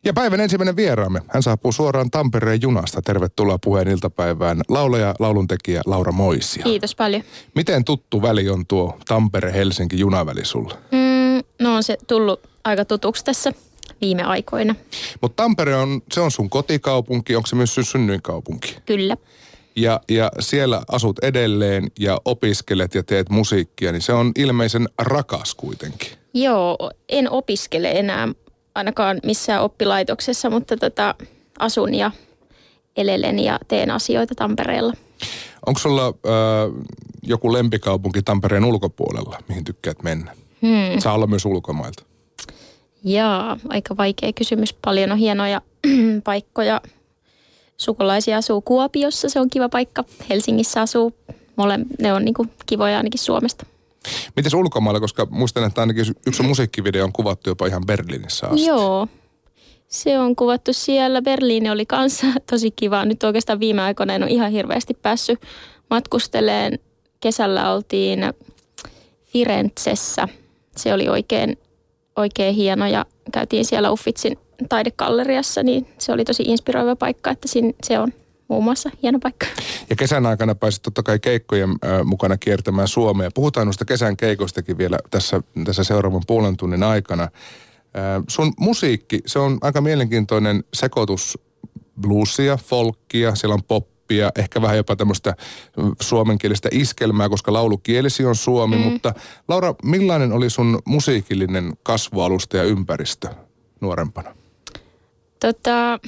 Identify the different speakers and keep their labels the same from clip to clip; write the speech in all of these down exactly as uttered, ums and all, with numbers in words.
Speaker 1: Ja päivän ensimmäinen vieraamme. Hän saapuu suoraan Tampereen junasta. Tervetuloa Puheen iltapäivään laulaja, lauluntekijä Laura Moisia.
Speaker 2: Kiitos paljon.
Speaker 1: Miten tuttu väli on tuo Tampere-Helsinki junaväli sulle?
Speaker 2: Mm, no on se tullut aika tutuksi tässä viime aikoina.
Speaker 1: Mutta Tampere on, se on sun kotikaupunki, onko se myös sun synnyinkaupunki?
Speaker 2: Kyllä.
Speaker 1: Ja, ja siellä asut edelleen ja opiskelet ja teet musiikkia, niin se on ilmeisen rakas kuitenkin.
Speaker 2: Joo, en opiskele enää ainakaan missään oppilaitoksessa, mutta tota, asun ja elelen ja teen asioita Tampereella.
Speaker 1: Onko sulla äh, joku lempikaupunki Tampereen ulkopuolella, mihin tykkäät mennä? Hmm. Saa olla myös ulkomailta.
Speaker 2: Jaa, aika vaikea kysymys. Paljon on hienoja paikkoja. Sukulaisia asuu Kuopiossa, se on kiva paikka. Helsingissä asuu, mole, ne on niinku kivoja ainakin Suomesta.
Speaker 1: Mites ulkomailla, koska muistan, että ainakin yksi musiikkivideo on kuvattu jopa ihan Berliinissä asti.
Speaker 2: Joo, se on kuvattu siellä. Berliini oli kanssa tosi kiva. Nyt oikeastaan viime aikoina en ole ihan hirveästi päässyt matkusteleen. Kesällä oltiin Firenzessä. Se oli oikein, oikein hieno ja käytiin siellä Uffitsin taidegalleriassa, niin se oli tosi inspiroiva paikka, että siinä, se on muun muassa hieno paikka. Ja
Speaker 1: kesän aikana pääsit totta kai keikkojen äh, mukana kiertämään Suomea. Puhutaan noista kesän keikoistakin vielä tässä, tässä seuraavan puolen tunnin aikana. Äh, sun musiikki, se on aika mielenkiintoinen sekoitus bluesia, folkkia, siellä on poppia, ehkä vähän jopa tämmöistä suomenkielistä iskelmää, koska laulukielisi on suomi. Mm. Mutta Laura, millainen oli sun musiikillinen kasvualusta ja ympäristö nuorempana?
Speaker 2: Tota,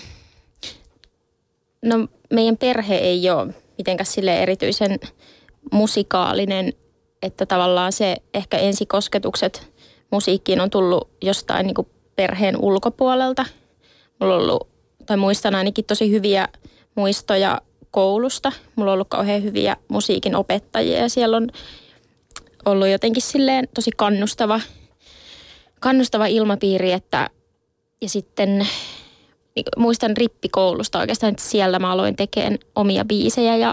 Speaker 2: no meidän perhe ei ole mitenkään sille erityisen musikaalinen, että tavallaan se ehkä ensikosketukset musiikkiin on tullut jostain niin kuin perheen ulkopuolelta. Mulla on ollut, tai muistan ainakin tosi hyviä muistoja koulusta. Mulla on ollut kauhean hyviä musiikin opettajia ja siellä on ollut jotenkin silleen tosi kannustava, kannustava ilmapiiri, että ja sitten muistan rippikoulusta oikeastaan, että siellä mä aloin tekemään omia biisejä ja,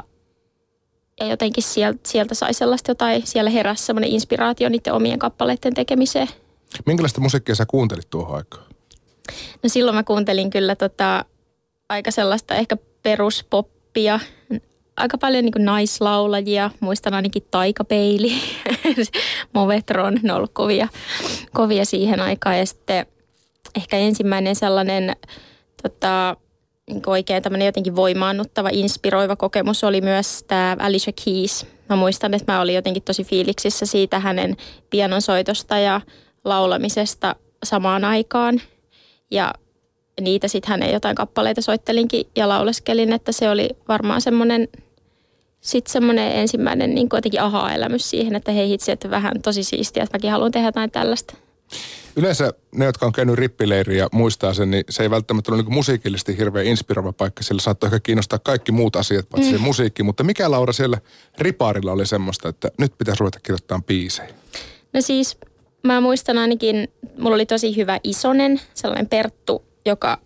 Speaker 2: ja jotenkin sieltä, sieltä sai sellaista jotain, siellä heräsi semmoinen inspiraatio niiden omien kappaleiden tekemiseen.
Speaker 1: Minkälaista musiikkia sä kuuntelit tuohon aikaan?
Speaker 2: No silloin mä kuuntelin kyllä tota, aika sellaista ehkä peruspoppia, aika paljon niin kuin naislaulajia, muistan ainakin Taikapeili, Movetron, ne on ollut kovia, kovia siihen aikaan ja sitten ehkä ensimmäinen sellainen tota, niin oikein tämmöinen jotenkin voimaannuttava, inspiroiva kokemus oli myös tämä Alicia Keys. Mä muistan, että mä olin jotenkin tosi fiiliksissä siitä hänen pianonsoitosta ja laulamisesta samaan aikaan. Ja niitä sitten hänen jotain kappaleita soittelinkin ja lauleskelin, että se oli varmaan semmoinen, sitten semmoinen ensimmäinen niin jotenkin aha-elämys siihen, että hei hitsi, että vähän tosi siistiä, että mäkin haluan tehdä jotain tällaista.
Speaker 1: Yleensä ne, jotka on käynyt rippileiriä muistaa sen, niin se ei välttämättä ole niin musiikillisesti hirveän inspiroiva paikka. Sillä saattoi ehkä kiinnostaa kaikki muut asiat, paitsi mm. se musiikki. Mutta mikä, Laura, siellä riparilla oli semmoista, että nyt pitäisi ruveta kirjoittamaan biisejä?
Speaker 2: No siis mä muistan ainakin, mulla oli tosi hyvä isonen, sellainen Perttu, joka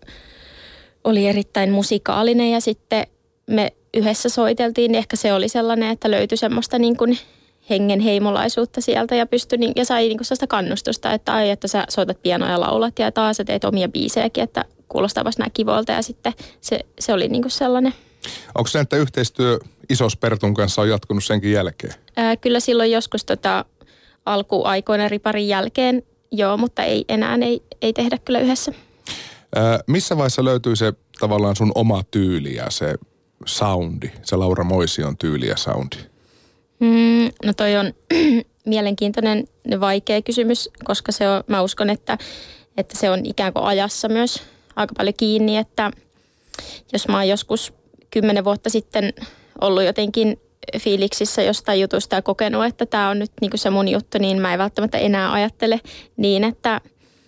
Speaker 2: oli erittäin musikaalinen ja sitten me yhdessä soiteltiin. Ehkä se oli sellainen, että löytyi semmoista niin kuin hengenheimolaisuutta sieltä ja pystyi niin, ja sai niin kuin sellaista kannustusta, että ai, että sä soitat pianoa ja laulat ja taas sä teet omia biisejäkin, että kuulostaa vasta nämä kivoilta ja sitten se, se oli niin kuin sellainen.
Speaker 1: Onko se, että yhteistyö Isos Pertun kanssa on jatkunut senkin jälkeen?
Speaker 2: Ää, kyllä silloin joskus tota, alkuaikoina riparin jälkeen, joo, mutta ei enää ei, ei tehdä kyllä yhdessä.
Speaker 1: Ää, missä vaiheessa löytyy se tavallaan sun oma tyyli ja se soundi, se Laura Moision tyyli ja soundi?
Speaker 2: Mm, no toi on mielenkiintoinen ja vaikea kysymys, koska se on, mä uskon, että, että se on ikään kuin ajassa myös aika paljon kiinni, että jos mä oon joskus kymmenen vuotta sitten ollut jotenkin fiiliksissä jostain jutusta ja kokenut, että tämä on nyt niin kuin se mun juttu, niin mä en välttämättä enää ajattele niin, että,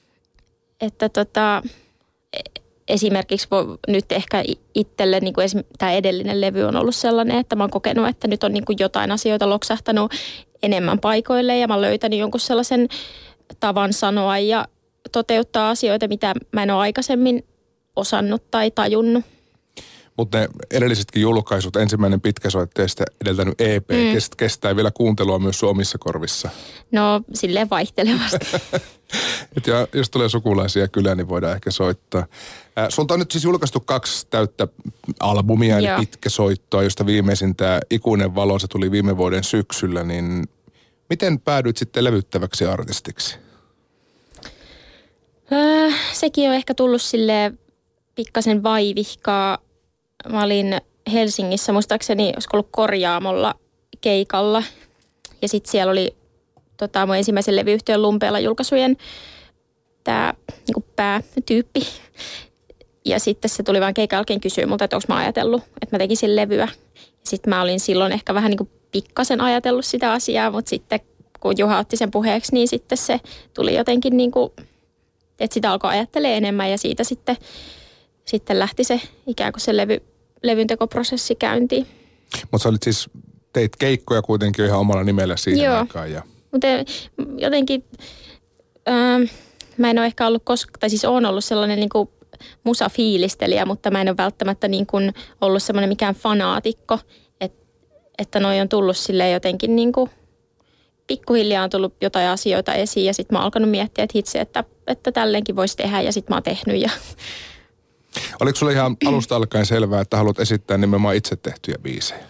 Speaker 2: että tota, esimerkiksi nyt ehkä itselle niin kuin tämä edellinen levy on ollut sellainen, että mä oon kokenut, että nyt on niin kuin jotain asioita loksahtanut enemmän paikoille ja mä oon löytänyt jonkun sellaisen tavan sanoa ja toteuttaa asioita, mitä mä en ole aikaisemmin osannut tai tajunnut.
Speaker 1: Mutta ne edellisetkin julkaisut, ensimmäinen pitkäsoitteesta edeltänyt E P, mm. kestää vielä kuuntelua myös sun omissa korvissa.
Speaker 2: No, silleen vaihtelevasti.
Speaker 1: Et ja, jos tulee sukulaisia kylään, niin voidaan ehkä soittaa. Äh, sulta on nyt siis julkaistu kaksi täyttä albumia, eli pitkäsoittoa, josta viimeisin tämä Ikuinen valo, se tuli viime vuoden syksyllä, niin miten päädyit sitten levyttäväksi artistiksi?
Speaker 2: Öö, sekin on ehkä tullut silleen pikkasen vaivihkaa. Mä olin Helsingissä, muistaakseni olisiko ollut Korjaamolla keikalla. Ja sitten siellä oli tota, mun ensimmäisen levyyhtiön Lumpeella julkaisujen tämä niinku päätyyppi. Ja sitten se tuli vaan keikan jälkeen kysyä multa, että onko mä ajatellut, että mä tekisin levyä. Sitten mä olin silloin ehkä vähän niinku pikkasen ajatellut sitä asiaa, mutta sitten kun Juha otti sen puheeksi, niin sitten se tuli jotenkin niinku, että sitä alkoi ajattelemaan enemmän ja siitä sitten, sitten lähti se ikään kuin se levy, levyntekoprosessi käyntiin.
Speaker 1: Mutta sä olit siis, teit keikkoja kuitenkin ihan omalla nimellä siihen
Speaker 2: Joo.
Speaker 1: aikaan. Ja...
Speaker 2: Mutta jotenkin, äh, mä en ole ehkä ollut koskaan, tai siis oon ollut sellainen niinku musafiilistelijä, mutta mä en ole välttämättä niin kuin ollut semmoinen mikään fanaatikko, että, että noi on tullut silleen jotenkin niin kuin pikkuhiljaa on tullut jotain asioita esiin ja sitten mä oon alkanut miettiä, että hitse, että, että tälleenkin voisi tehdä ja sitten mä oon tehnyt. Ja...
Speaker 1: Oliko sulle ihan alusta alkaen selvää, että haluat esittää nimenomaan itse tehtyjä biisejä?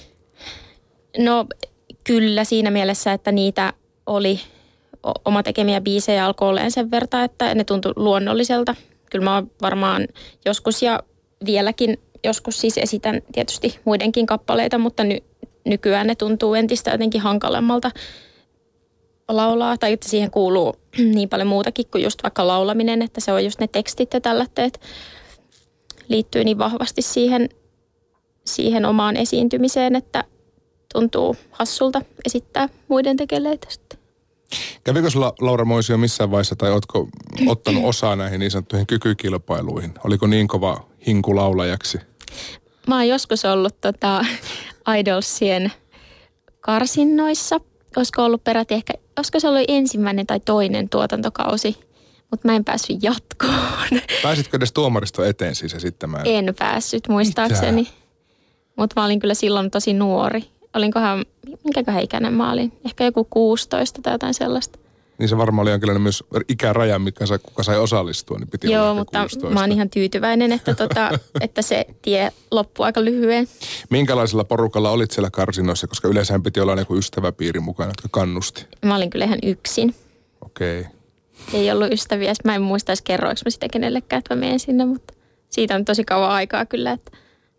Speaker 2: No kyllä siinä mielessä, että niitä oli oma tekemiä biisejä alkoi olemaan sen verran, että ne tuntui luonnolliselta. Kyllä mä oon varmaan joskus ja vieläkin joskus siis esitän tietysti muidenkin kappaleita, mutta ny, nykyään ne tuntuu entistä jotenkin hankalemmalta laulaa. Tai että siihen kuuluu niin paljon muutakin kuin just vaikka laulaminen, että se on just ne tekstit ja tällätteet liittyy niin vahvasti siihen, siihen omaan esiintymiseen, että tuntuu hassulta esittää muiden tekeleitä sitten.
Speaker 1: Kävikö sulla, Laura Moisio, missään vaiheessa tai ootko ottanut osaa näihin niin sanottuihin kykykilpailuihin? Oliko niin kova hinku laulajaksi?
Speaker 2: Mä oon joskus ollut tota, Idolsien karsinnoissa. Olisiko ollut peräti ehkä, olisiko se ollut ensimmäinen tai toinen tuotantokausi, mutta mä en päässyt jatkoon.
Speaker 1: Pääsitkö edes tuomaristo eteen siis esittämään?
Speaker 2: En päässyt muistaakseni, mutta mä olin kyllä silloin tosi nuori. Olinkohan, minkäköhän ikäinen mä olin? Ehkä joku kuusitoista tai jotain sellaista.
Speaker 1: Niin se varmaan oli jonkinlainen myös ikäraja, mikä sai, kuka sai osallistua, niin piti
Speaker 2: Joo,
Speaker 1: olla
Speaker 2: mutta
Speaker 1: kuusitoista.
Speaker 2: Mä oon ihan tyytyväinen, että, tota, että se tie loppui aika lyhyen.
Speaker 1: Minkälaisella porukalla olit siellä karsinnoissa, koska yleensähän piti olla joku ystäväpiiri mukana, jotka kannusti?
Speaker 2: Mä olin kyllä ihan yksin.
Speaker 1: Okei. Okay.
Speaker 2: Ei ollut ystäviä. Mä en muista edes kerroinko mä sitä kenellekään, että mä menen sinne, mutta siitä on tosi kauan aikaa kyllä. Että...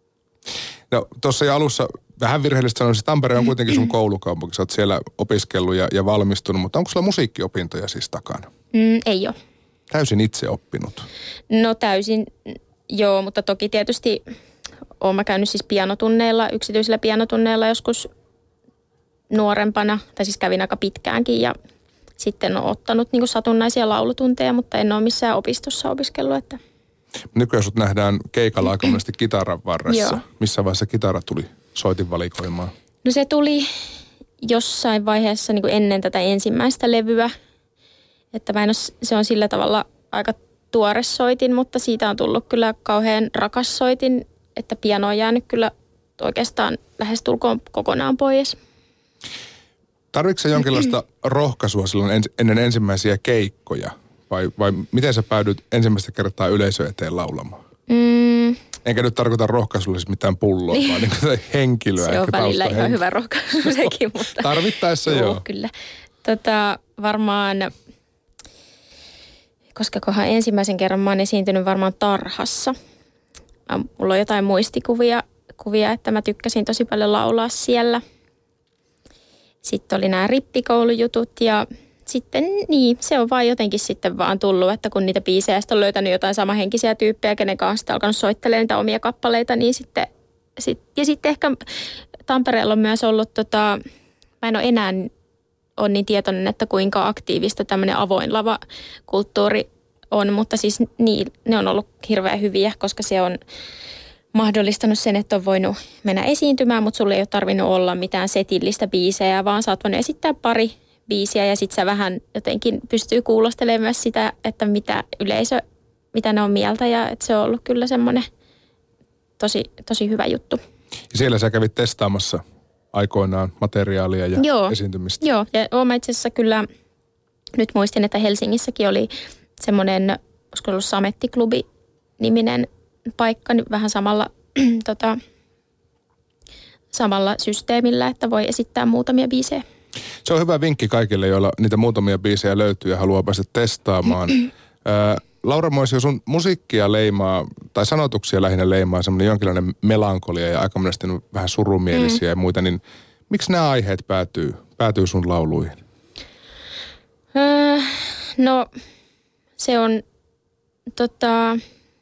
Speaker 1: No tuossa jo alussa vähän virheellisesti sanoisin, että Tampere on kuitenkin sun koulukaupunki. Sä oot siellä opiskellut ja, ja valmistunut, mutta onko sulla musiikkiopintoja siis takana?
Speaker 2: Mm, ei ole.
Speaker 1: Täysin itse oppinut?
Speaker 2: No täysin, joo, mutta toki tietysti oon mä käynyt siis pianotunneilla, yksityisillä pianotunneilla joskus nuorempana, tai siis kävin aika pitkäänkin ja sitten on ottanut niin kuin satunnaisia laulutunteja, mutta en ole missään opistossa opiskellut, että...
Speaker 1: Nykyään sut nähdään keikalla aika monesti kitaran varressa.
Speaker 2: Joo.
Speaker 1: Missä vaiheessa kitara tuli soitinvalikoimaan?
Speaker 2: No se tuli jossain vaiheessa niin kuin ennen tätä ensimmäistä levyä. Että mä en ole, se on sillä tavalla aika tuore soitin, mutta siitä on tullut kyllä kauhean rakas soitin, että piano on jäänyt kyllä oikeastaan lähestulkoon kokonaan pois.
Speaker 1: Tarvitsetko jonkinlaista rohkaisua silloin ennen ensimmäisiä keikkoja? Vai, vai miten sä päädyt ensimmäistä kertaa yleisö eteen laulamaan?
Speaker 2: Mm.
Speaker 1: Enkä nyt tarkoita rohkaisulla siis mitään pulloa, vaan niin henkilöä.
Speaker 2: Se on välillä ihan hyvä rohkaisu sekin, mutta...
Speaker 1: Tarvittaessa joo.
Speaker 2: joo. Kyllä. Tota, varmaan, koska kohan ensimmäisen kerran mä oon esiintynyt varmaan Tarhassa. Mulla on jotain muistikuvia, kuvia, että mä tykkäsin tosi paljon laulaa siellä. Sitten oli nämä rippikoulujutut ja... Sitten niin, se on vaan jotenkin sitten vaan tullut, että kun niitä biisejä on löytänyt jotain samahenkisiä tyyppejä, kenen kanssa alkanut soittelemaan niitä omia kappaleita, niin sitten, sit, ja sitten ehkä Tampereella on myös ollut, tota, mä en ole enää ole niin tietoinen, että kuinka aktiivista tämmöinen avoin lavakulttuuri on, mutta siis niin, ne on ollut hirveän hyviä, koska se on mahdollistanut sen, että on voinut mennä esiintymään, mutta sulla ei ole tarvinnut olla mitään setillistä biisejä, vaan sä oot voinut esittää pari biisiä ja sitten sä vähän jotenkin pystyy kuulostelemaan myös sitä, että mitä yleisö, mitä ne on mieltä ja että se on ollut kyllä semmoinen tosi, tosi hyvä juttu.
Speaker 1: Ja siellä sä kävit testaamassa aikoinaan materiaalia ja Joo. esiintymistä.
Speaker 2: Joo, ja olen itse asiassa kyllä, nyt muistin, että Helsingissäkin oli semmoinen, olisiko ollut Samettiklubi-niminen paikka, niin vähän samalla, tota, samalla systeemillä, että voi esittää muutamia biisejä.
Speaker 1: Se on hyvä vinkki kaikille, joilla niitä muutamia biisejä löytyy ja haluaa päästä testaamaan. Ää, Laura Moisio, sun musiikkia leimaa, tai sanotuksia lähinnä leimaa semmoinen jonkinlainen melankolia ja aika monesti vähän surumielisiä mm. ja muita, niin miksi nämä aiheet päätyy, päätyy sun lauluihin?
Speaker 2: Öö, no, se on tota,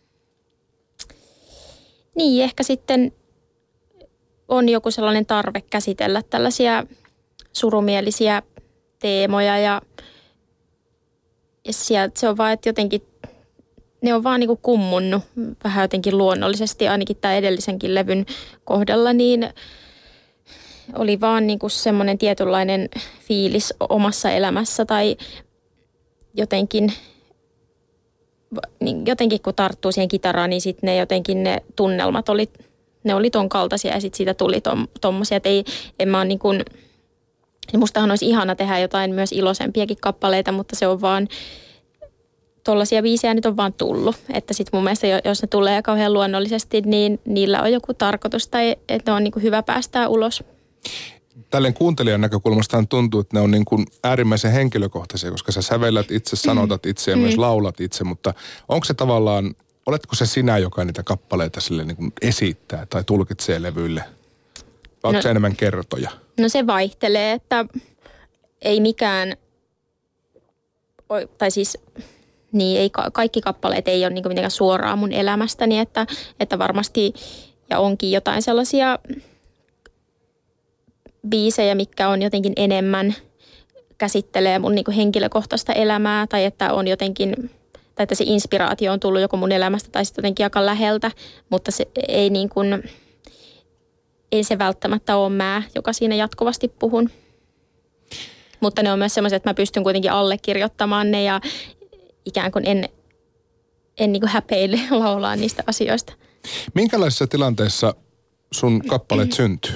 Speaker 2: niin ehkä sitten on joku sellainen tarve käsitellä tällaisia surumielisiä teemoja ja, ja sieltä se on vaan, että jotenkin ne on vaan niin kuin kummunnut vähän jotenkin luonnollisesti, ainakin tämän edellisenkin levyn kohdalla, niin oli vaan niin kuin semmoinen tietynlainen fiilis omassa elämässä tai jotenkin, niin jotenkin kun tarttuu siihen kitaraan, niin sitten ne jotenkin ne tunnelmat oli, ne oli ton kaltaisia ja sitten siitä tuli tom, tommosia, että ei, en mä ole niin kuin, mustahan olisi ihana tehdä jotain myös iloisempiakin kappaleita, mutta se on vaan, tollaisia biisejä nyt on vaan tullut. Että sitten mun mielestä, jos ne tulee kauhean luonnollisesti, niin niillä on joku tarkoitus tai että ne on niin kuin hyvä päästää ulos.
Speaker 1: Tälleen kuuntelijan näkökulmastaan tuntuu, että ne on niin kuin äärimmäisen henkilökohtaisia, koska sä sävellät itse, sanotat itse ja mm. myös laulat itse, mutta onko se tavallaan, oletko se sinä, joka niitä kappaleita sille niin kuin esittää tai tulkitsee levyille? Vai onko no, se enemmän kertoja? No
Speaker 2: se vaihtelee, että ei mikään, tai siis niin ei, kaikki kappaleet ei ole niin kuin mitenkään suoraan mun elämästäni, että, että varmasti ja onkin jotain sellaisia biisejä, mitkä on jotenkin enemmän käsittelee mun niin kuin henkilökohtaista elämää tai että on jotenkin, tai että se inspiraatio on tullut joko mun elämästä tai sitten jotenkin aika läheltä, mutta se ei niin kuin, ei se välttämättä ole mä, joka siinä jatkuvasti puhun. Mutta ne on myös semmoiset, että mä pystyn kuitenkin allekirjoittamaan ne ja ikään kuin en, en niin kuin häpeille laulaa niistä asioista.
Speaker 1: Minkälaisissa tilanteissa sun kappaleet syntyy?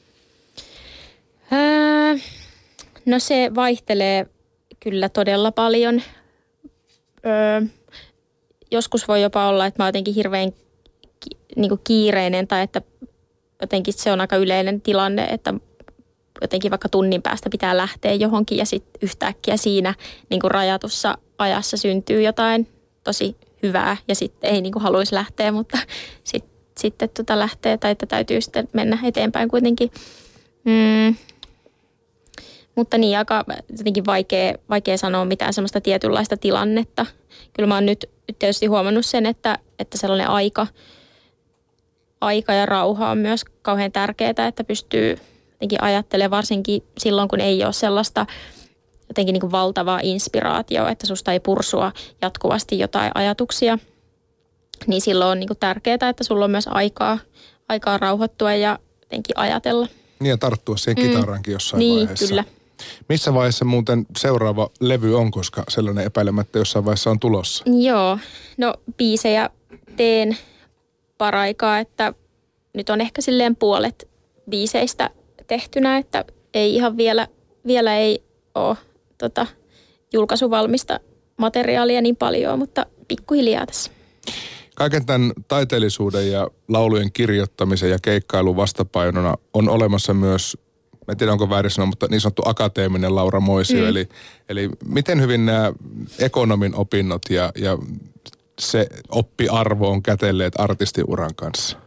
Speaker 2: Öö, no se vaihtelee kyllä todella paljon. Öö, joskus voi jopa olla, että mä oon jotenkin hirveän ki, niin kuin kiireinen tai että jotenkin se on aika yleinen tilanne, että jotenkin vaikka tunnin päästä pitää lähteä johonkin ja sitten yhtäkkiä siinä niin kuin rajatussa ajassa syntyy jotain tosi hyvää ja sitten ei niin kuin haluaisi lähteä, mutta sitten sit, tota lähtee tai että täytyy sitten mennä eteenpäin kuitenkin. Mm. Mutta niin aika jotenkin vaikea, vaikea sanoa mitään semmoista tietynlaista tilannetta. Kyllä mä oon nyt tietysti huomannut sen, että, että sellainen aika, aika ja rauha on myös kauhean tärkeää, että pystyy jotenkin ajattelemaan varsinkin silloin, kun ei ole sellaista jotenkin niin kuin valtavaa inspiraatioa, että susta ei pursua jatkuvasti jotain ajatuksia. Niin silloin on niin kuin tärkeää, että sulla on myös aikaa, aikaa rauhoittua ja jotenkin ajatella.
Speaker 1: Niin ja tarttua siihen mm. kitaraankin jossain
Speaker 2: niin,
Speaker 1: vaiheessa.
Speaker 2: Kyllä.
Speaker 1: Missä vaiheessa muuten seuraava levy on, koska sellainen epäilemättä jossain vaiheessa on tulossa?
Speaker 2: Joo, no biisejä teen paraikaa, että nyt on ehkä silleen puolet biiseistä tehtynä, että ei ihan vielä, vielä ei ole tota, julkaisuvalmista materiaalia niin paljon, mutta pikkuhiljaa tässä.
Speaker 1: Kaiken tämän taiteellisuuden ja laulujen kirjoittamisen ja keikkailun vastapainona on olemassa myös, mä en tiedä onko väärin sanoa, mutta niin sanottu akateeminen Laura Moisio. Mm. Eli, eli miten hyvin nämä ekonomin opinnot ja, ja se oppiarvo on kätelleet artistiuran kanssa?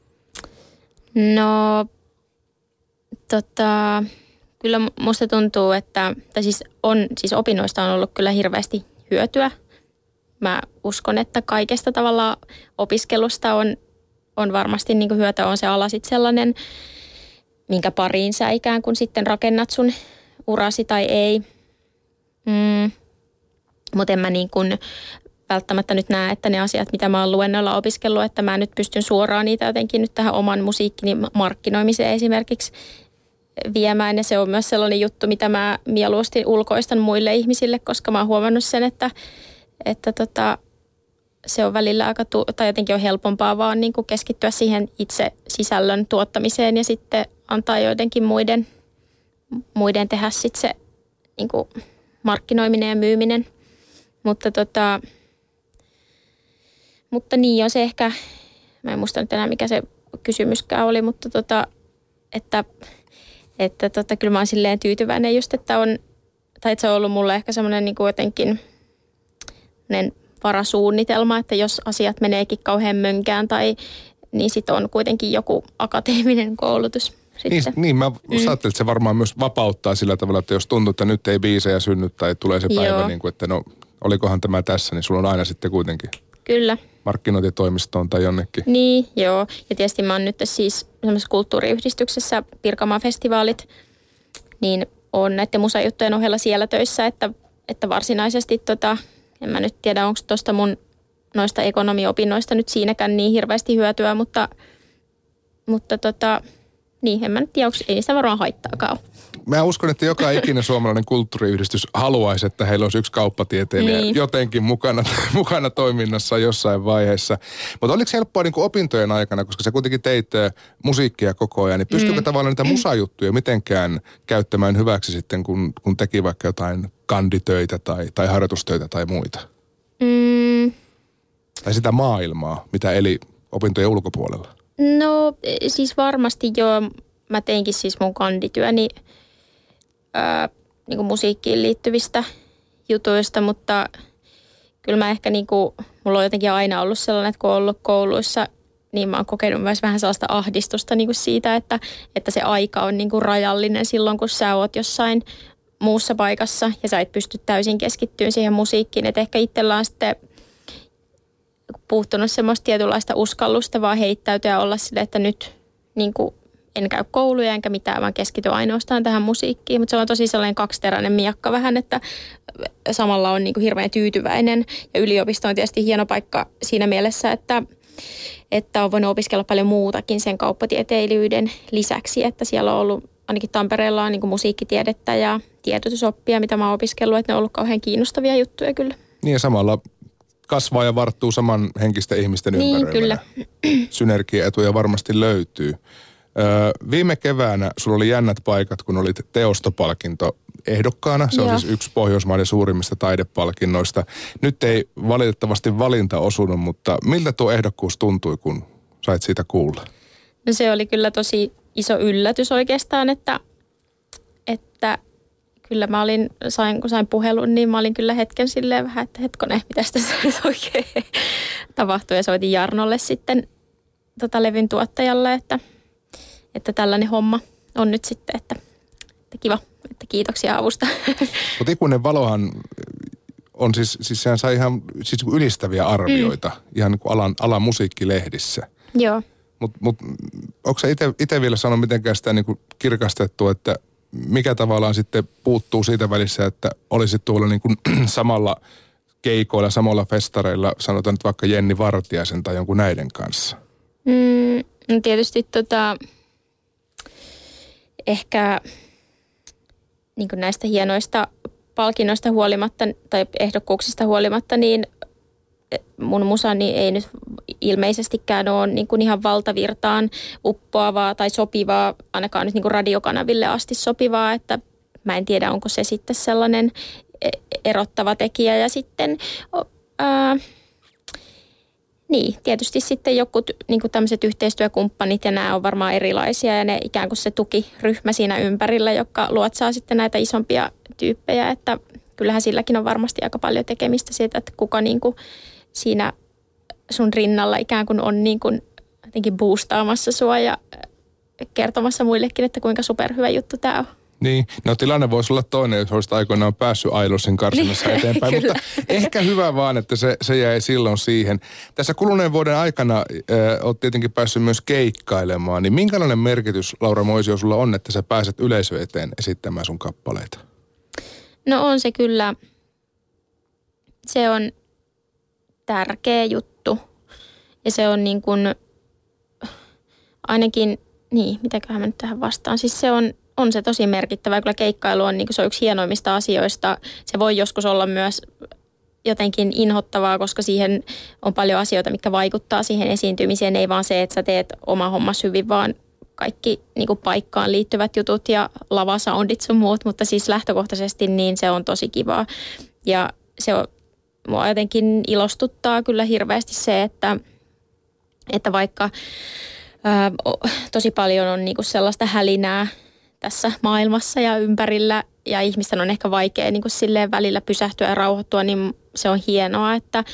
Speaker 2: No, tota, kyllä musta tuntuu, että, tai siis, on, siis opinnoista on ollut kyllä hirveästi hyötyä. Mä uskon, että kaikesta tavalla opiskelusta on, on varmasti niin kuin hyötyä, on se ala sitten sellainen, minkä pariin sä ikään kuin sitten rakennat sun urasi tai ei. Mm. Mutta en mä niin kuin välttämättä nyt näe, että ne asiat, mitä mä oon luennoilla opiskellut, että mä nyt pystyn suoraan niitä jotenkin nyt tähän oman musiikkini markkinoimiseen esimerkiksi viemään. Ja se on myös sellainen juttu, mitä mä mieluusti ulkoistan muille ihmisille, koska mä oon huomannut sen, että, että tota, se on välillä aika, tu- tai jotenkin on helpompaa vaan niin kuin keskittyä siihen itse sisällön tuottamiseen ja sitten antaa joidenkin muiden, muiden tehdä sitten se niin kuin markkinoiminen ja myyminen. Mutta, tota, mutta niin on se ehkä, mä en muista nyt enää mikä se kysymyskään oli, mutta tota, että, että tota, kyllä mä oon silleen tyytyväinen just, että on, tai että se on ollut mulle ehkä semmoinen niin kuin jotenkin varasuunnitelma, että jos asiat meneekin kauhean mönkään tai niin sitten on kuitenkin joku akateeminen koulutus.
Speaker 1: Niin, niin, mä mm. ajattelin, että se varmaan myös vapauttaa sillä tavalla, että jos tuntuu, että nyt ei biisejä synny tai tulee se päivä, niin kuin, että no olikohan tämä tässä, niin sulla on aina sitten kuitenkin
Speaker 2: Kyllä.
Speaker 1: markkinointitoimistoon tai jonnekin.
Speaker 2: Niin, joo. Ja tietysti mä oon nyt siis semmoisessa kulttuuriyhdistyksessä, Pirkanmaa-festivaalit, niin on näiden musajuttujen ohella siellä töissä, että, että varsinaisesti tota, en mä nyt tiedä, onko tuosta mun noista ekonomiopinnoista nyt siinäkään niin hirveästi hyötyä, mutta, mutta tota, niin, en mä nyt tiedä, onko, ei niistä varmaan haittaakaan ole.
Speaker 1: Mä uskon, että joka ikinen suomalainen kulttuuriyhdistys haluaisi, että heillä olisi yksi kauppatieteilijä niin. jotenkin mukana, mukana toiminnassa jossain vaiheessa. Mutta oliko se helppoa niin kuin opintojen aikana, koska sä kuitenkin teit musiikkia koko ajan, niin pystyykö mm. tavallaan niitä musajuttuja mitenkään käyttämään hyväksi sitten, kun, kun teki vaikka jotain kanditöitä tai, tai harjoitustöitä tai muita? Mm. Tai sitä maailmaa, mitä eli opintojen ulkopuolella?
Speaker 2: No siis varmasti joo. Mä teinkin siis mun kandityöni ää, niin kuin musiikkiin liittyvistä jutuista, mutta kyllä mä ehkä niin kuin, mulla on jotenkin aina ollut sellainen, että kun on ollut kouluissa, niin mä oon kokenut myös vähän sellaista ahdistusta niin kuin siitä, että, että se aika on niin kuin rajallinen silloin, kun sä oot jossain muussa paikassa ja sä et pysty täysin keskittymään siihen musiikkiin. Että ehkä itsellä on sitten puuttunut semmoista tietynlaista uskallusta vaan heittäytyä ja olla sille, että nyt niin kuin en käy kouluja enkä mitään, vaan keskity ainoastaan tähän musiikkiin. Mutta se on tosi sellainen kaksiteräinen miakka vähän, että samalla on niin kuin hirveän tyytyväinen. Ja yliopisto on tietysti hieno paikka siinä mielessä, että, että on voinut opiskella paljon muutakin sen kauppatieteilijöiden lisäksi. Että siellä on ollut, ainakin Tampereella on niin kuin musiikkitiedettä ja tiedotusoppia, mitä mä oon opiskellut. Että ne on ollut kauhean kiinnostavia juttuja kyllä.
Speaker 1: Niin ja samalla kasvaa ja varttuu samanhenkisten ihmisten
Speaker 2: niin,
Speaker 1: ympärillä. Kyllä. Synergiaetuja varmasti löytyy. Öö, viime keväänä sulla oli jännät paikat, kun olit Teosto-palkinto ehdokkaana. Se Joo. on siis yksi Pohjoismaiden suurimmista taidepalkinnoista. Nyt ei valitettavasti valinta osunut, mutta miltä tuo ehdokkuus tuntui, kun sait siitä kuulla?
Speaker 2: No se oli kyllä tosi iso yllätys oikeastaan, että, että kyllä mä olin, sain, kun sain puhelun, niin mä olin kyllä hetken silleen vähän, että hetkonen, mitäs tässä nyt oikein tapahtui. Ja soitin Jarnolle sitten tota levyn tuottajalle, että Että tällainen homma on nyt sitten, että, että kiva, että kiitoksia avusta.
Speaker 1: Mutta Ikuinen valohan on siis, siis sehän sai ihan siis ylistäviä arvioita mm. ihan niin kuin alan, alan musiikkilehdissä.
Speaker 2: Joo.
Speaker 1: Mutta mut, onko sä itse vielä sanonut mitenkään sitä niin kuin kirkastettua, että mikä tavallaan sitten puuttuu siitä välissä, että olisit tuolla niin kuin samalla keikoilla, samalla festareilla, sanotaan nyt vaikka Jenni Vartiaisen tai jonkun näiden kanssa?
Speaker 2: Mm, no tietysti tota... Ehkä niin kuin näistä hienoista palkinnoista huolimatta tai ehdokkuuksista huolimatta, niin mun musani ei nyt ilmeisestikään ole niin kuin ihan valtavirtaan uppoavaa tai sopivaa, ainakaan nyt niin kuin radiokanaville asti sopivaa, että mä en tiedä, onko se sitten sellainen erottava tekijä. Ja sitten ää, niin, tietysti sitten joku niin kuin tämmöiset yhteistyökumppanit ja nämä on varmaan erilaisia ja ne ikään kuin se tukiryhmä siinä ympärillä, joka luotsaa sitten näitä isompia tyyppejä, että kyllähän silläkin on varmasti aika paljon tekemistä siitä, että kuka niin kuin siinä sun rinnalla ikään kuin on niin kuin jotenkin boostaamassa sua ja kertomassa muillekin, että kuinka superhyvä juttu tämä on.
Speaker 1: Niin, no tilanne voisi olla toinen, jos olisit aikoinaan päässyt Ailosin karsinassa niin, eteenpäin, mutta ehkä hyvä vaan, että se, se jäi silloin siihen. Tässä kuluneen vuoden aikana äh, olet tietenkin päässyt myös keikkailemaan, niin minkälainen merkitys, Laura Moisio, sulla on, että sä pääset yleisö eteen esittämään sun kappaleita?
Speaker 2: No on se kyllä, se on tärkeä juttu ja se on niin kuin ainakin, niin mitäköhän mä nyt tähän vastaan, siis se on On se tosi merkittävä. Kyllä keikkailu on, niin se on yksi hienoimmista asioista. Se voi joskus olla myös jotenkin inhottavaa, koska siihen on paljon asioita, mitkä vaikuttaa siihen esiintymiseen. Ei vaan se, että sä teet oma hommas hyvin, vaan kaikki niin kuin paikkaan liittyvät jutut ja lavasoundit sun muut, mutta siis lähtökohtaisesti niin se on tosi kivaa. Ja se on, mua jotenkin ilostuttaa kyllä hirveästi se, että, että vaikka ää, tosi paljon on niin kuin sellaista hälinää tässä maailmassa ja ympärillä ja ihmisten on ehkä vaikea niin kuin silleen välillä pysähtyä ja rauhoittua, niin se on hienoa, että,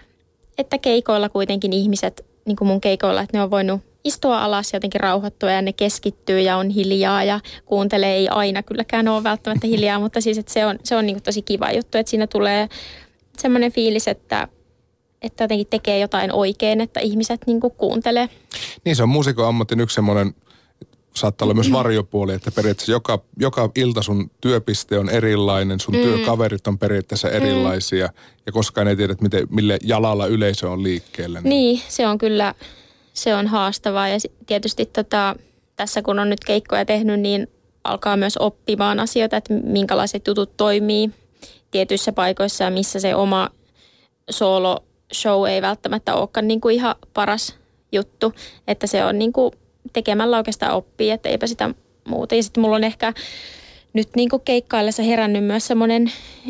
Speaker 2: että keikoilla kuitenkin ihmiset, niin kuin mun keikoilla, että ne on voinut istua alas ja jotenkin rauhoittua ja ne keskittyy ja on hiljaa ja kuuntelee. Ei aina kylläkään ole välttämättä hiljaa, mutta siis että se on, se on niin kuin tosi kiva juttu, että siinä tulee semmoinen fiilis, että, että jotenkin tekee jotain oikein, että ihmiset niin kuin kuuntelee.
Speaker 1: Niin se on muusikon ammatin yksi semmoinen, saattaa olla myös varjopuoli, että periaatteessa joka, joka ilta sun työpiste on erilainen, sun mm. työkaverit on periaatteessa erilaisia mm. ja koskaan ei tiedä, miten, mille jalalla yleisö on liikkeellä.
Speaker 2: Niin, niin se on kyllä, se on haastavaa ja tietysti tota, tässä kun on nyt keikkoja tehnyt, niin alkaa myös oppimaan asioita, että minkälaiset jutut toimii tietyissä paikoissa ja missä se oma solo show ei välttämättä olekaan niin kuin ihan paras juttu, että se on niin kuin tekemällä oikeastaan oppii, että eipä sitä muuta. Ja sitten mulla on ehkä nyt niin kuin keikkaillessa herännyt myös semmoinen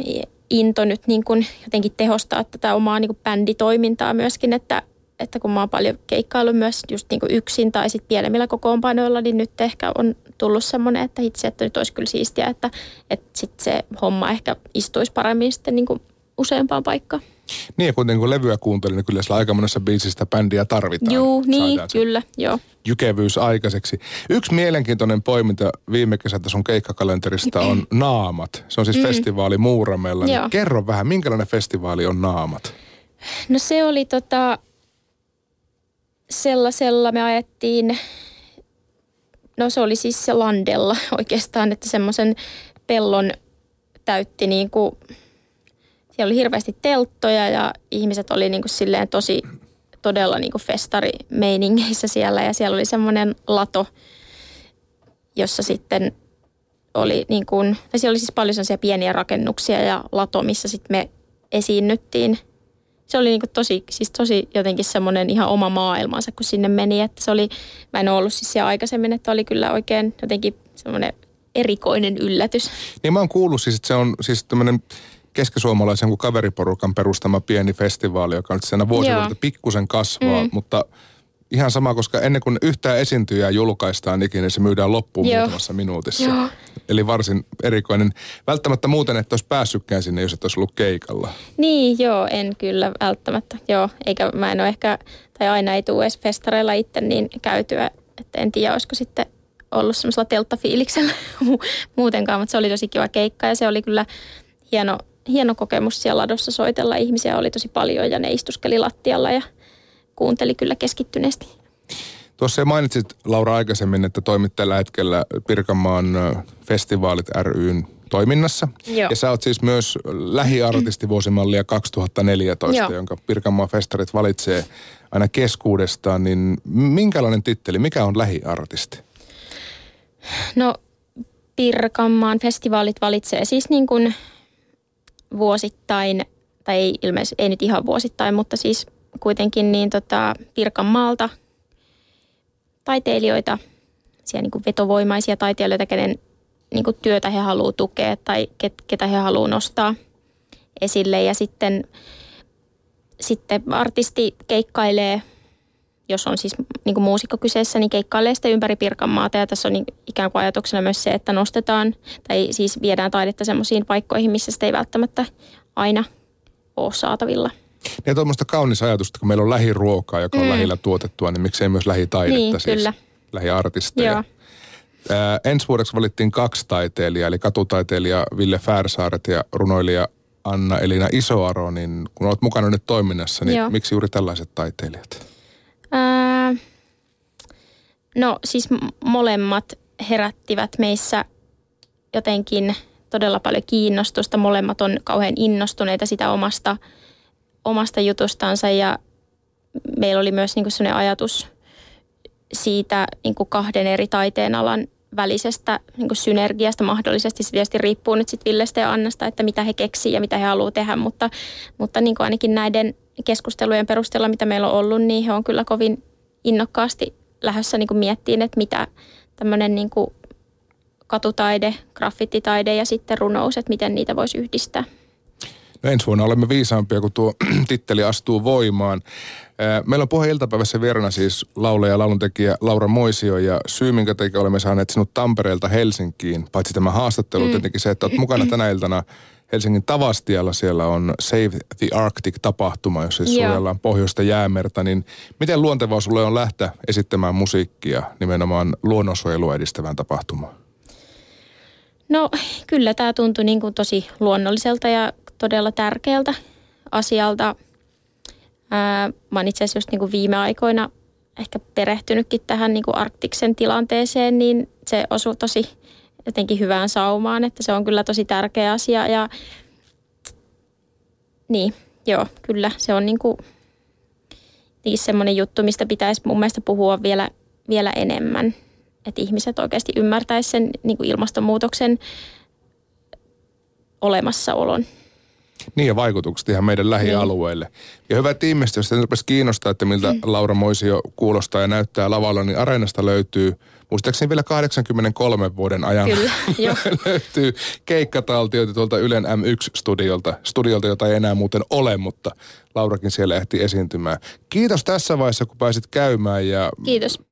Speaker 2: into nyt niin kuin jotenkin tehostaa tätä omaa niin kuin bänditoimintaa myöskin, että, että kun mä oon paljon keikkaillut myös just niin kuin yksin tai sitten pienemmillä kokoonpanoilla, niin nyt ehkä on tullut semmoinen, että itse, että nyt olisi kyllä siistiä, että, että sitten se homma ehkä istuisi paremmin sitten niin kuin useampaan paikkaan.
Speaker 1: Niin ja kuitenkin kun levyä kuuntelin, niin kyllä sillä aika monessa biisistä bändiä tarvitaan.
Speaker 2: Juu, niin, kyllä, joo.
Speaker 1: Jykevyys aikaiseksi. Yksi mielenkiintoinen poiminta viime kesältä sun keikkakalenterista on Naamat. Se on siis mm. festivaali Muuramella. Niin kerro vähän, minkälainen festivaali on Naamat?
Speaker 2: No se oli tota, sellaisella me ajettiin, no se oli siis se Landella oikeastaan, että semmoisen pellon täytti niin kuin, siellä oli hirveästi telttoja ja ihmiset oli niin kuin silleen tosi todella niin kuin festarimeiningeissä siellä ja siellä oli semmoinen lato, jossa sitten oli niin kuin, tai siellä oli siis paljon sellaisia pieniä rakennuksia ja lato, missä sitten me esiinnyttiin. Se oli niin kuin tosi, siis tosi jotenkin semmoinen ihan oma maailmansa, kun sinne meni, että se oli, mä en ole ollut siis siellä aikaisemmin, että oli kyllä oikein jotenkin semmoinen erikoinen yllätys.
Speaker 1: Niin mä oon kuullut siis, että se on siis tämmöinen keskisuomalaisen kuin kaveriporukan perustama pieni festivaali, joka nyt siinä vuosivuodelta pikkusen kasvaa, mm. mutta ihan sama, koska ennen kuin yhtään esiintyjää julkaistaan ikinä, niin se myydään loppuun Joo. muutamassa minuutissa. Joo. Eli varsin erikoinen. Välttämättä muuten, että olisi päässytkään sinne, jos et olisi ollut keikalla.
Speaker 2: Niin, joo, en kyllä välttämättä. Joo, eikä mä en ole ehkä, tai aina ei tule edes festareilla itse niin käytyä, että en tiedä, olisiko sitten ollut semmoisella telttafiiliksellä muutenkaan, mutta se oli tosi kiva keikka ja se oli kyllä hieno, hieno kokemus siellä ladossa soitella. Ihmisiä oli tosi paljon ja ne istuskeli lattialla ja kuunteli kyllä keskittyneesti.
Speaker 1: Tuossa mainitsit, Laura, aikaisemmin, että toimit tällä hetkellä Pirkanmaan festivaalit ryn toiminnassa. Joo. Ja sä oot siis myös lähiartisti vuosimallia kaksituhattaneljätoista, Joo. jonka Pirkanmaan festarit valitsee aina keskuudestaan. Niin minkälainen titteli, mikä on lähiartisti?
Speaker 2: No Pirkanmaan festivaalit valitsee siis niin kuin vuosittain, tai ei ilmeisesti, ei nyt ihan vuosittain, mutta siis kuitenkin niin tota Pirkanmaalta taiteilijoita, siellä niin kuin vetovoimaisia taiteilijoita, kenen niin kuin työtä he haluaa tukea tai ket, ketä he haluaa nostaa esille. Ja sitten, sitten artisti keikkailee, jos on siis niin kuin muusikko kyseessä, niin keikkailee sitten ympäri Pirkanmaata. Ja tässä on niin ikään kuin ajatuksena myös se, että nostetaan tai siis viedään taidetta semmoisiin paikkoihin, missä sitä ei välttämättä aina ole saatavilla.
Speaker 1: Ja tuommoista kaunis ajatusta, kun meillä on lähiruokaa, joka on mm. lähellä tuotettua, niin miksei myös lähitaidetta,
Speaker 2: niin,
Speaker 1: siis
Speaker 2: kyllä.
Speaker 1: lähiartisteja.
Speaker 2: Joo.
Speaker 1: Ää, ensi vuodeksi valittiin kaksi taiteilijaa, eli katutaiteilija Ville Färsaaret ja runoilija Anna-Elina Isoaro, niin kun olet mukana nyt toiminnassa, niin Joo. miksi juuri tällaiset taiteilijat?
Speaker 2: Ää, no siis molemmat herättivät meissä jotenkin todella paljon kiinnostusta. Molemmat on kauhean innostuneita sitä omasta omasta jutustansa ja meillä oli myös niinku sellainen ajatus siitä niinku kahden eri taiteenalan välisestä niin kuin synergiasta mahdollisesti. Se tietysti riippuu nyt sitten Villestä ja Annasta, että mitä he keksii ja mitä he haluaa tehdä, mutta, mutta niin kuin ainakin näiden keskustelujen perusteella, mitä meillä on ollut, niin he on kyllä kovin innokkaasti lähdössä niin kuin miettiin, että mitä tämmöinen niin kuin katutaide, graffititaide ja sitten runous, että miten niitä voisi yhdistää.
Speaker 1: No ensi vuonna olemme viisaampia, kun tuo titteli astuu voimaan. Meillä on Puheen iltapäivässä vieraana siis laulaja ja lauluntekijä Laura Moisio, ja syy, minkä takia olemme saaneet sinut Tampereelta Helsinkiin, paitsi tämä haastattelu, mm. tietenkin se, että olet mukana tänä iltana Helsingin Tavastialla. Siellä on Save the Arctic-tapahtuma, jossa siis suojellaan pohjoista jäämerta. Niin miten luontevaa sulle on lähteä esittämään musiikkia nimenomaan luonnonsuojelua edistävään tapahtumaan?
Speaker 2: No kyllä tämä tuntui niin kuin tosi luonnolliselta ja todella tärkeältä asialta. Ää, mä oon itse asiassa just niin kuin viime aikoina ehkä perehtynytkin tähän niin kuin arktiksen tilanteeseen, niin se osui tosi jotenkin hyvään saumaan, että se on kyllä tosi tärkeä asia. Ja niin, joo, kyllä se on niin kuin semmoinen juttu, mistä pitäisi mun mielestä puhua vielä, vielä enemmän. Että ihmiset oikeasti ymmärtäisivät sen niin kuin ilmastonmuutoksen olemassaolon. Niin,
Speaker 1: ja vaikutukset ihan meidän lähialueille. Niin. Ja hyvät ihmiset, jos teitä rupesi kiinnostaa, että miltä mm. Laura Moisio kuulostaa ja näyttää lavalla, niin Areenasta löytyy, muistaakseni vielä kahdeksankymmentäkolme vuoden ajan
Speaker 2: Kyllä,
Speaker 1: löytyy keikkataltioita tuolta Ylen M yksi-studiolta, studiolta, jota ei enää muuten ole, mutta Laurakin siellä ehti esiintymään. Kiitos tässä vaiheessa, kun pääsit käymään. Ja
Speaker 2: Kiitos.